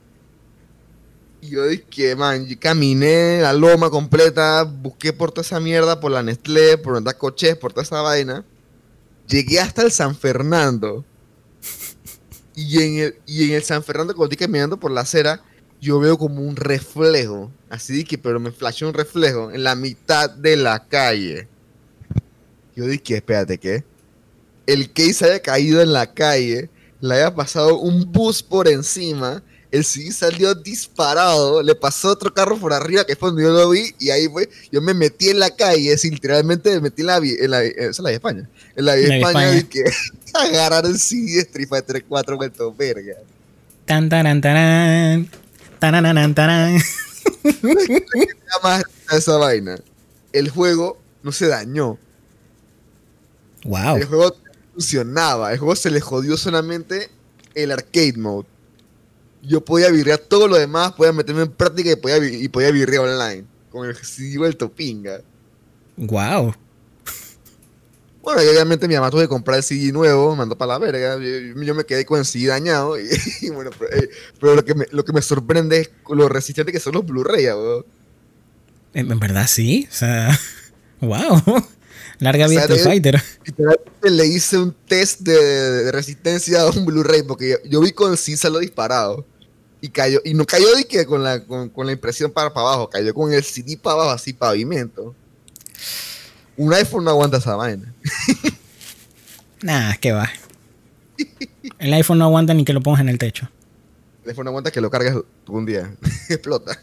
Y yo dije, man, yo caminé la loma completa, busqué por toda esa mierda, por la Nestlé, por donde está Cochés, por toda esa vaina. Llegué hasta el San Fernando. Y en el, y en el San Fernando, cuando estoy caminando por la acera, yo veo como un reflejo. Así de que, pero me flashó un reflejo en la mitad de la calle. Yo dije, espérate, ¿qué? El case haya caído en la calle, le haya pasado un bus por encima, el C D salió disparado, le pasó otro carro por arriba, que fue donde yo lo vi, y ahí fue, yo me metí en la calle, es literalmente me metí en la, vi- en la, esa es la de España, en la de La de España, España. y que agarrar el C D de Street Fighter cuatro vuelto verga. Tan, taran, tarán. Tarananan, tarán. Nada más esa vaina. El juego no se dañó, Wow. el juego funcionaba, el juego se le jodió solamente el arcade mode. Yo podía virrear todo lo demás, podía meterme en práctica y podía, vi- y podía virrear online. Con el C D vuelto pinga. Wow. Bueno, y obviamente mi mamá tuvo que comprar el C D nuevo, me mandó para la verga. Yo, yo me quedé con el C D dañado. Y, y bueno, pero, eh, pero lo, que me, lo que me sorprende es lo resistente que son los Blu-ray, weón. En en verdad sí. O sea. Wow. Larga O vida sea, Street le- Fighter. literalmente le hice un test de, de resistencia a un Blu-ray porque yo, yo vi con el C D salió disparado. Y cayó, y no cayó de que con la, con, con la impresión para, para abajo, cayó con el C D para abajo, así pavimento. Un iPhone no aguanta esa vaina. Nah, que va. El iPhone no aguanta ni que lo pongas en el techo. El iPhone no aguanta que lo cargues un día. Explota.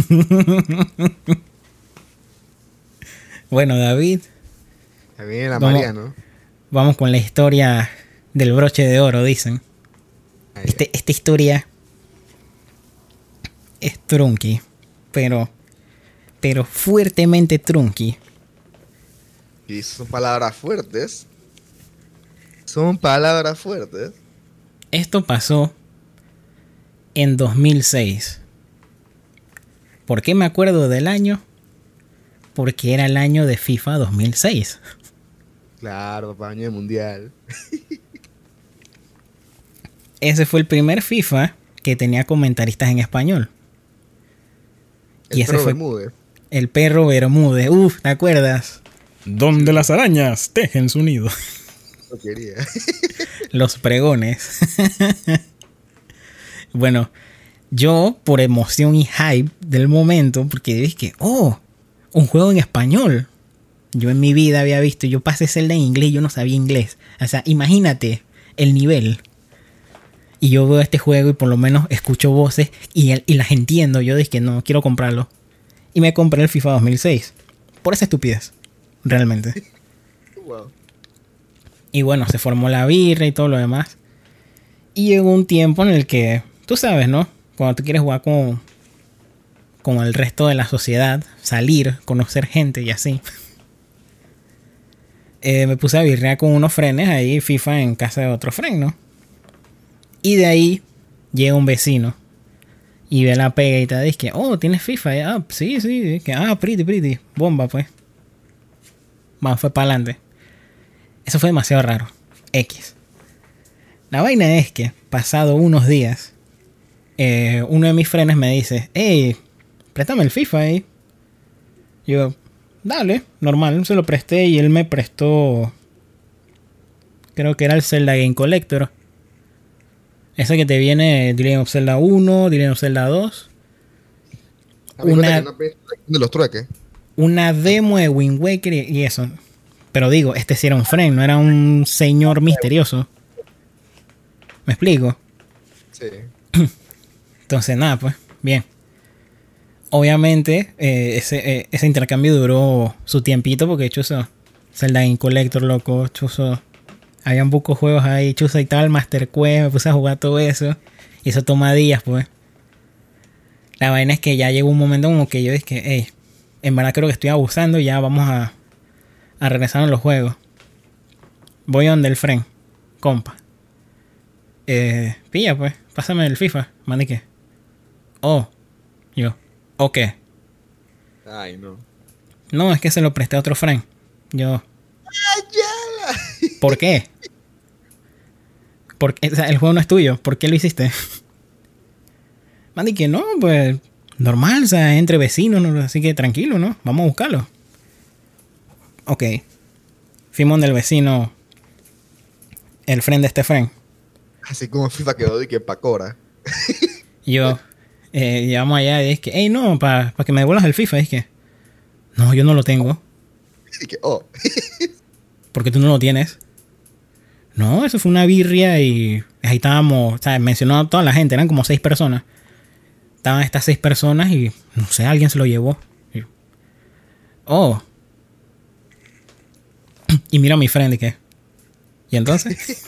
Bueno, David, Ahí viene la Vamos. María, ¿no? vamos con la historia del broche de oro, dicen. Ahí, Este, esta historia es trunky, pero, pero fuertemente trunky. y son palabras fuertes. Son palabras fuertes. Esto pasó en dos mil seis. ¿Por qué me acuerdo del año? Porque era el año de FIFA dos mil seis. Claro, papá, año de mundial. Ese fue el primer FIFA que tenía comentaristas en español. El Y ese perro fue Bermúdez. el perro Bermúdez. Uf, ¿te acuerdas? Donde las arañas tejen su nido. Lo quería. Los pregones. Bueno, yo por emoción y hype del momento, porque dije, oh, un juego en español. Yo en mi vida había visto, yo pasé Zelda en inglés y yo no sabía inglés. O sea, imagínate el nivel. Y yo veo este juego y por lo menos escucho voces y, el- y las entiendo. Yo dije, no, quiero comprarlo. Y me compré el FIFA dos mil seis. Por esa estupidez, realmente. Wow. Y bueno, se formó la birra y todo lo demás. Y llegó un tiempo en el que, tú sabes, ¿no? Cuando tú quieres jugar con, con el resto de la sociedad, salir, conocer gente y así. Eh, me puse a birrear con unos frenes ahí, FIFA en casa de otro fren, ¿no? Y de ahí llega un vecino y ve la pega y te dice, oh, ¿tienes FIFA? Y, ah, sí, sí. Que, ah, pretty, pretty. Bomba, pues. Más fue para adelante. Eso fue demasiado raro. X. La vaina es que, pasado unos días, eh, uno de mis frenes me dice, hey, préstame el FIFA ahí. Yo, dale, normal, se lo presté y él me prestó, creo que era el Zelda Game Collector. Ese que te viene The Legend of Zelda uno, The Legend of Zelda dos. Una, de los trueques. Una demo de Wind Waker y, y eso. Pero digo, este sí era un friend, no era un señor misterioso. ¿Me explico? Sí. Entonces, nada, pues, bien. Obviamente, eh, ese, eh, ese intercambio duró su tiempito porque chuzo, Zelda Game Collector, loco, chuzo. Habían pocos juegos ahí, chuzo y tal, Master Quest, me puse a jugar todo eso. Y eso toma días, pues. La vaina es que ya llegó un momento como que yo dije, hey, en verdad creo que estoy abusando, ya vamos a, a regresar a los juegos. Voy a donde el friend, compa. Eh, pilla pues, pásame el FIFA, manique. Oh, yo, ¿o qué? Ay, no. No, es que se lo presté a otro friend. Yo, ¿por qué? Porque, o sea, el juego no es tuyo, ¿por qué lo hiciste? Manique, no, pues, normal, o sea, entre vecinos, ¿no? Así que tranquilo, ¿no? Vamos a buscarlo. Ok. Fuimos del vecino, el friend de este friend. Así como FIFA quedó de que pa' Cora. Y yo, eh, llegamos allá y es que, hey, no, para pa que me devuelvas el FIFA. Y es que, no, yo no lo tengo. Y que, oh. Porque tú no lo tienes. No, eso fue una birria y ahí estábamos, o sea, mencionó a toda la gente, eran como seis personas. Estaban estas seis personas y, no sé, alguien se lo llevó. Y, oh. Y mira a mi friend y que, ¿y entonces?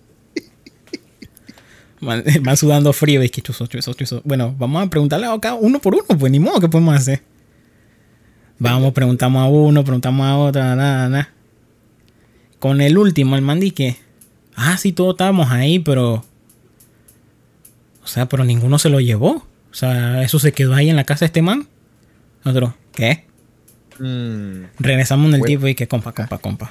Man, van sudando frío. Y que chuzo, chuzo, chuzo. Bueno, vamos a preguntarle a cada uno por uno. Pues ni modo, ¿qué podemos hacer? Vamos, preguntamos a uno, preguntamos a otro, nada, nada, nada. Con el último, el man que, ah, sí, todos estábamos ahí, pero, o sea, pero ninguno se lo llevó. O sea, eso se quedó ahí en la casa de este man. Nosotros, ¿qué? Mm, Regresamos en el bueno. tipo y que, compa, compa, compa.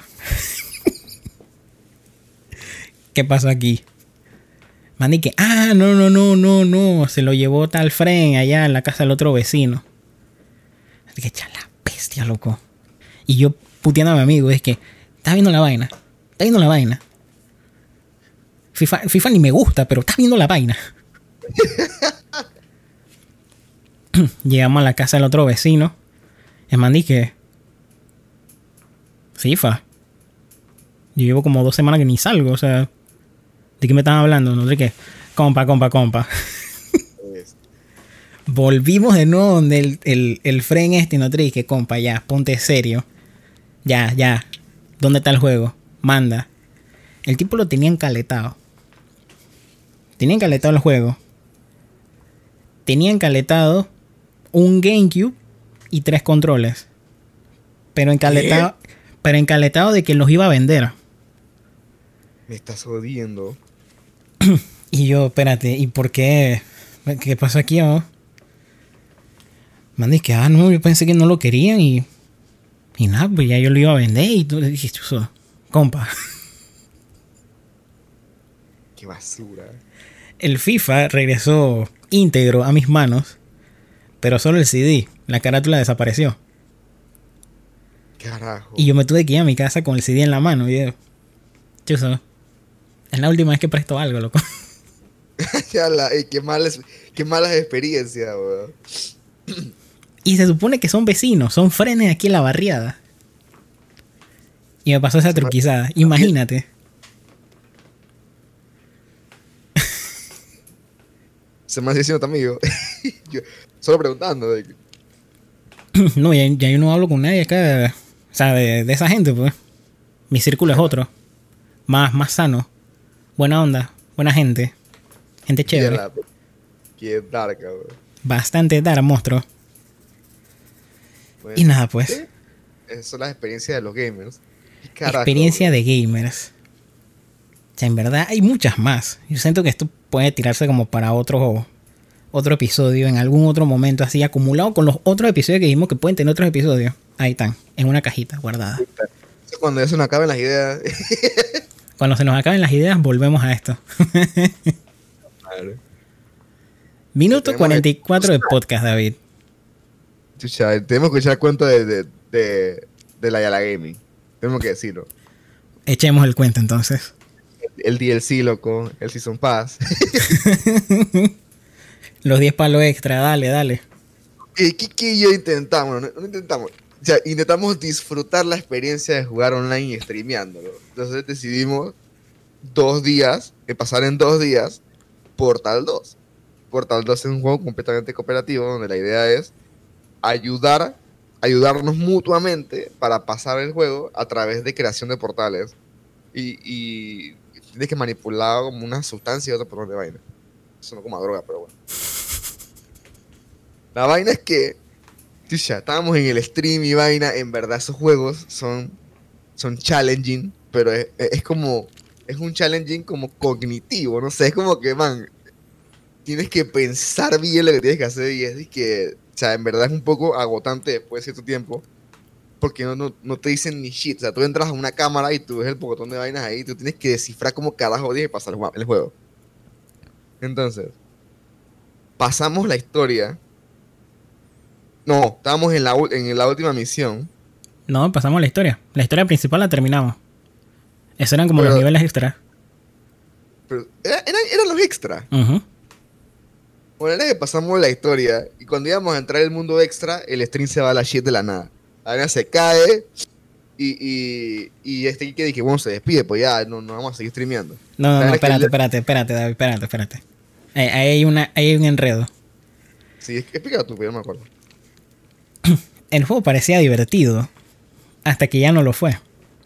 ¿Qué pasó aquí? Man, y que, ah, no, no, no, no, no, se lo llevó tal friend allá en la casa del otro vecino. Así que, echa la bestia, loco. Y yo puteando a mi amigo, es que, ¿estás viendo la vaina? ¿Estás viendo la vaina? FIFA, FIFA ni me gusta, pero estás viendo la vaina. Llegamos a la casa del otro vecino. Y man, y que, FIFA. Yo llevo como dos semanas que ni salgo, o sea, ¿de qué me están hablando? No sé qué. Compa, compa, compa. Volvimos de nuevo donde el, el, el friend este y no te dije, compa, ya, ponte serio. Ya, ya. ¿Dónde está el juego? Manda. El tipo lo tenía encaletado. Tenía encaletado el juego. Tenía encaletado un GameCube y tres controles. Pero encaletado, ¿qué? Pero encaletado de que los iba a vender. Me estás jodiendo. Y yo, espérate, ¿y por qué? ¿Qué pasó aquí, oh? Man, dije, ah, no, yo pensé que no lo querían y... Y nada, pues ya yo lo iba a vender y tú le dijiste, compa. Qué basura. El FIFA regresó íntegro a mis manos, pero solo el C D. La carátula desapareció. Carajo. Y yo me tuve que ir a mi casa con el C D en la mano. Y yo, chuzo, es la última vez que presto algo, loco. Ya la, ey, qué malas, qué malas experiencias, weón. Y se supone que son vecinos, son frenes aquí en la barriada. Y me pasó esa truquizada. Imagínate. Se me hace diciendo tu amigo. Yo, solo preguntando. De... No, ya, ya yo no hablo con nadie acá. O sea, de, de esa gente, pues. Mi círculo es otro. Más, más sano. Buena onda. Buena gente. Gente chévere. La, qué dark, weón. Bastante dark, monstruo. Bueno, y nada, pues. ¿sí? Esas son las experiencias de los gamers. Carajo, experiencia de gamers. O sea, en verdad hay muchas más. Yo siento que esto puede tirarse como para otro, otro episodio en algún otro momento, así acumulado con los otros episodios que dijimos que pueden tener otros episodios. Ahí están, en una cajita guardada. Cuando ya se nos acaben las ideas. Cuando se nos acaben las ideas, volvemos a esto. Vale. Minuto cuarenta y cuatro de podcast, David. Chucha, tenemos que echar cuenta de, de, de, de la Ayala Gaming. Tenemos que decirlo. Echemos el cuento entonces. El, el D L C, loco, el Season Pass. Los diez palos extra, dale, dale. ¿Qué, qué, qué yo intentamos? No, no intentamos. O sea, intentamos disfrutar la experiencia de jugar online y streameándolo. Entonces decidimos dos días, que pasar en dos días, Portal dos. Portal dos es un juego completamente cooperativo donde la idea es ayudar, ayudarnos mutuamente para pasar el juego a través de creación de portales. Y, y tienes que manipular como una sustancia y otro por donde vaina. Eso no como droga, pero bueno. La vaina es que, ya estábamos en el stream y vaina, en verdad esos juegos son, son challenging, pero es, es como, es un challenging como cognitivo, no sé, es como que, man, tienes que pensar bien lo que tienes que hacer y es que, o sea, en verdad es un poco agotante después de cierto tiempo, porque no, no, no te dicen ni shit, o sea, tú entras a una cámara y tú ves el pocotón de vainas ahí y tú tienes que descifrar cómo carajo tienes que pasar el juego. Entonces, pasamos la historia. No, estábamos en la, en la última misión. No, pasamos la historia. La historia principal la terminamos. Esos eran como pero, los niveles extra. Pero era, eran, eran los extras. Uh-huh. Bueno, era que pasamos la historia y cuando íbamos a entrar al mundo extra, el stream se va a la shit de la nada. La vaina se cae y, y, y este que dije, bueno, se despide, pues ya no, no vamos a seguir streameando. No, no, no, espérate, espérate, espérate, David, espérate, espérate. Ahí, ahí, hay una, ahí hay un enredo. Sí, explícalo tú, pero yo no me acuerdo. El juego parecía divertido hasta que ya no lo fue.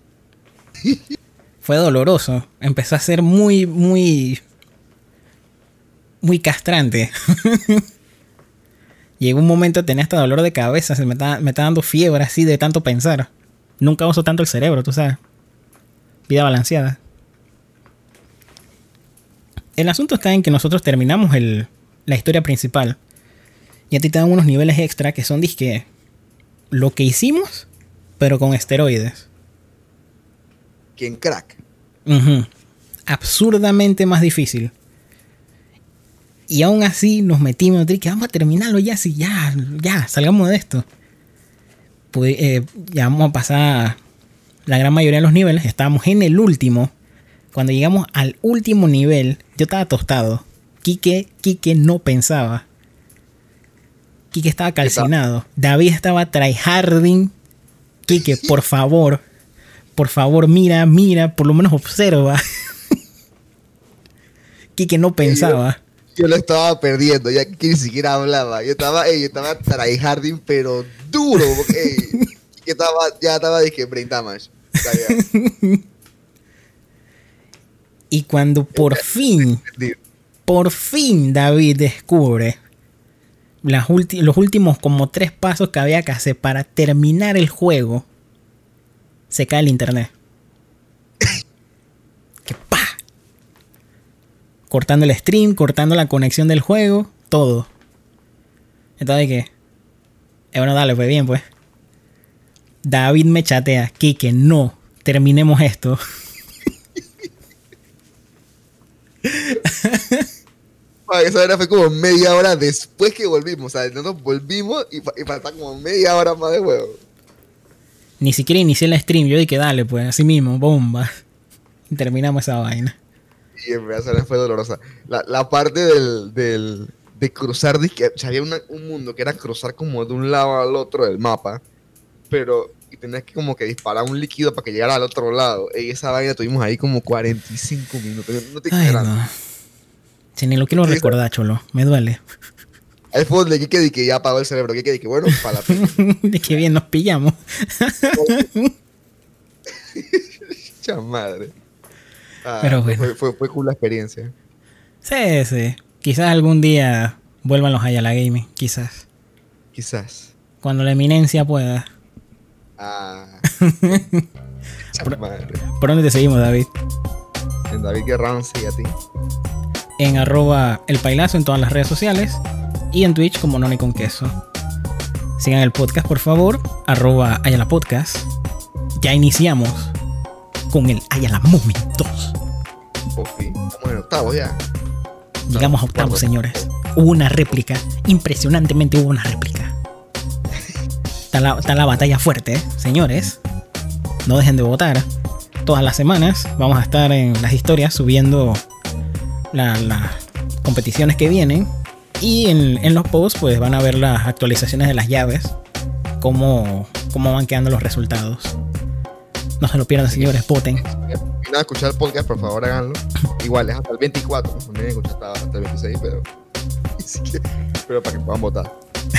Fue doloroso. Empezó a ser muy, muy... muy castrante. Llegó un momento, tenía hasta dolor de cabeza. Se me está, me está dando fiebre así de tanto pensar. Nunca uso tanto el cerebro, tú sabes. Vida balanceada. El asunto está en que nosotros terminamos el, la historia principal. Y a ti te dan unos niveles extra que son disque lo que hicimos, pero con esteroides. Que en crack. Uh-huh. Absurdamente más difícil. Y aún así nos metimos, que vamos a terminarlo ya, sí, ya, ya, salgamos de esto. Pues eh, ya vamos a pasar la gran mayoría de los niveles. Estábamos en el último. Cuando llegamos al último nivel, yo estaba tostado. Quique, Quique no pensaba. Quique estaba calcinado. David estaba tryharding. Quique, por favor. Por favor, mira, mira. Por lo menos observa. Quique no pensaba. Yo, yo lo estaba perdiendo. Ya que ni siquiera hablaba. Yo estaba, ey, yo estaba tryharding, pero duro. Porque, ey, Quique estaba, ya estaba de que brain damage. Y cuando por fin, por fin David descubre las ulti- los últimos como tres pasos que había que hacer para terminar el juego, se cae el internet. Que pa, cortando el stream, cortando la conexión del juego, todo. Entonces, ¿qué? Eh, bueno, dale, pues bien, pues. David me chatea, Quique, no, terminemos esto. Esa era fue como media hora después que volvimos. O sea, nosotros volvimos y, y faltaba como media hora más de juego. Ni siquiera inicié el stream. Yo dije, dale, pues, así mismo, bomba. Y terminamos esa vaina. Y en verdad fue dolorosa. La, la parte del, del, de cruzar, que, o sea, había una, un mundo que era cruzar como de un lado al otro del mapa. Pero y tenías que como que disparar un líquido para que llegara al otro lado. Y esa vaina tuvimos ahí como cuarenta y cinco minutos. No te quedas. Si ni lo quiero recordar, cholo. Me duele. Ahí fue donde Kike que ya apagó el cerebro. Kike que bueno, para la pena. De que bien nos pillamos. Cha madre. Ah, pero bueno. Fue, fue, fue cool la experiencia. Sí, sí. Quizás algún día vuelvan los Ayala Gaming. Quizás. Quizás. Cuando la eminencia pueda. Ah. por, ¿Por dónde te seguimos, David? En David Guerrance y a ti. En arroba el pailazo en todas las redes sociales. Y en Twitch como Noni con Queso. Sigan el podcast, por favor. Arroba Ayala Podcast. Ya iniciamos con el Ayala Moment dos. Por fin. Estamos en octavos ya. Llegamos a octavos, señores. Hubo una réplica. Impresionantemente hubo una réplica. está la, está la batalla fuerte, ¿eh? Señores. No dejen de votar. Todas las semanas vamos a estar en las historias subiendo las la competiciones que vienen. Y en, en los posts pues van a ver las actualizaciones de las llaves. Cómo, cómo van quedando los resultados. No se lo pierdan, señores, voten. Si no escuchar el podcast, por favor háganlo. Igual es hasta el veinticuatro. No tienen que escuchar hasta el veintiséis, pero... pero para que puedan votar.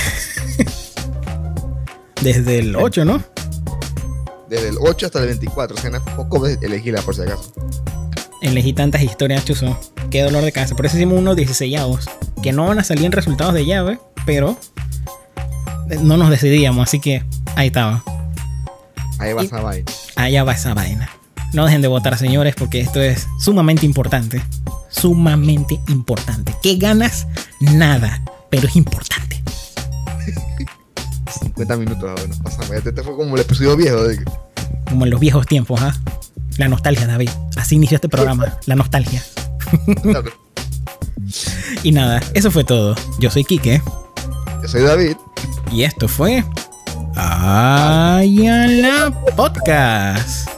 Desde el ocho, ¿no? Desde el ocho hasta el veinticuatro. O sea, es poco de elegirla, por si acaso. Elegí tantas historias, chuzo. Qué dolor de cabeza. Por eso hicimos unos dieciséis, que no van a salir en resultados de llave, pero no nos decidíamos, así que ahí estaba. Ahí va y esa vaina. Allá va esa vaina. No dejen de votar, señores, porque esto es sumamente importante. Sumamente importante. ¿Qué ganas? Nada, pero es importante. cincuenta minutos ahora nos pasamos. Este fue como el episodio viejo. De... Como en los viejos tiempos, ¿ah? ¿eh? La nostalgia, David. Así inició este programa. La nostalgia. Claro. Y nada, eso fue todo. Yo soy Quique. Yo soy David. Y esto fue... Ayala Podcast.